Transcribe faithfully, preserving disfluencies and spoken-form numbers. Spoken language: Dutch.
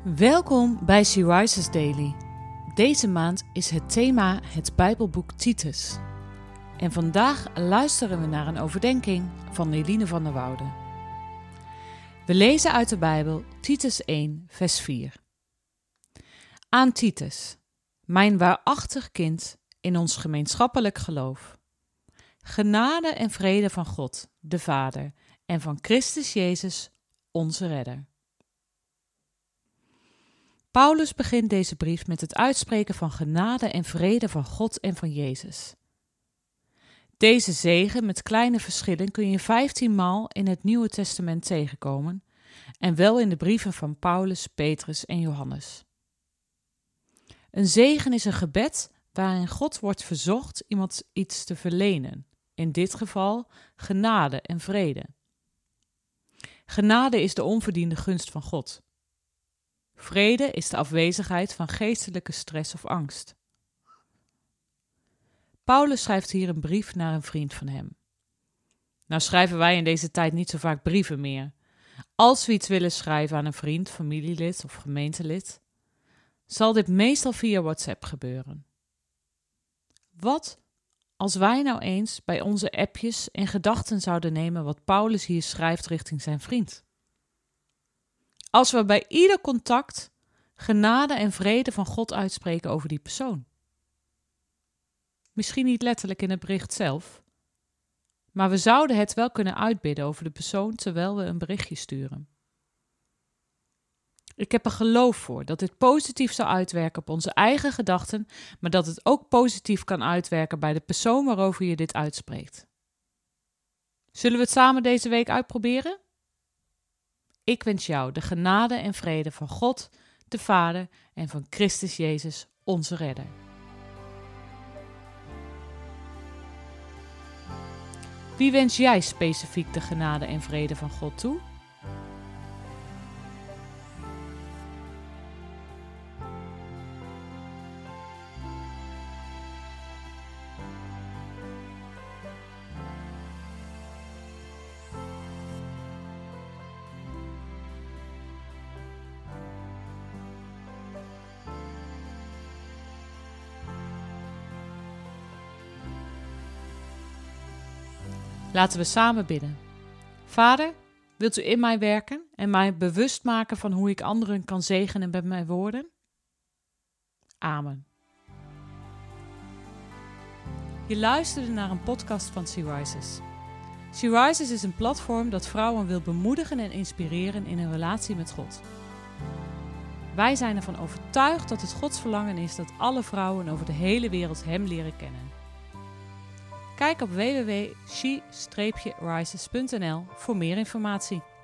Welkom bij She Rises Daily. Deze maand is het thema het Bijbelboek Titus. En vandaag luisteren we naar een overdenking van Eline van der Woude. We lezen uit de Bijbel Titus één, vers vier. Aan Titus, mijn waarachtig kind in ons gemeenschappelijk geloof. Genade en vrede van God, de Vader, en van Christus Jezus, onze Redder. Paulus begint deze brief met het uitspreken van genade en vrede van God en van Jezus. Deze zegen met kleine verschillen kun je vijftien maal in het Nieuwe Testament tegenkomen en wel in de brieven van Paulus, Petrus en Johannes. Een zegen is een gebed waarin God wordt verzocht iemand iets te verlenen, in dit geval genade en vrede. Genade is de onverdiende gunst van God. Vrede is de afwezigheid van geestelijke stress of angst. Paulus schrijft hier een brief naar een vriend van hem. Nou schrijven wij in deze tijd niet zo vaak brieven meer. Als we iets willen schrijven aan een vriend, familielid of gemeentelid, zal dit meestal via WhatsApp gebeuren. Wat als wij nou eens bij onze appjes in gedachten zouden nemen wat Paulus hier schrijft richting zijn vriend? Als we bij ieder contact genade en vrede van God uitspreken over die persoon. Misschien niet letterlijk in het bericht zelf, maar we zouden het wel kunnen uitbidden over de persoon terwijl we een berichtje sturen. Ik heb er geloof voor dat dit positief zal uitwerken op onze eigen gedachten, maar dat het ook positief kan uitwerken bij de persoon waarover je dit uitspreekt. Zullen we het samen deze week uitproberen? Ik wens jou de genade en vrede van God, de Vader en van Christus Jezus, onze Redder. Wie wens jij specifiek de genade en vrede van God toe? Laten we samen bidden. Vader, wilt u in mij werken en mij bewust maken van hoe ik anderen kan zegenen met mijn woorden? Amen. Je luisterde naar een podcast van She Rises. She Rises is een platform dat vrouwen wil bemoedigen en inspireren in hun relatie met God. Wij zijn ervan overtuigd dat het Gods verlangen is dat alle vrouwen over de hele wereld Hem leren kennen. Kijk op w w w punt she rises punt n l voor meer informatie.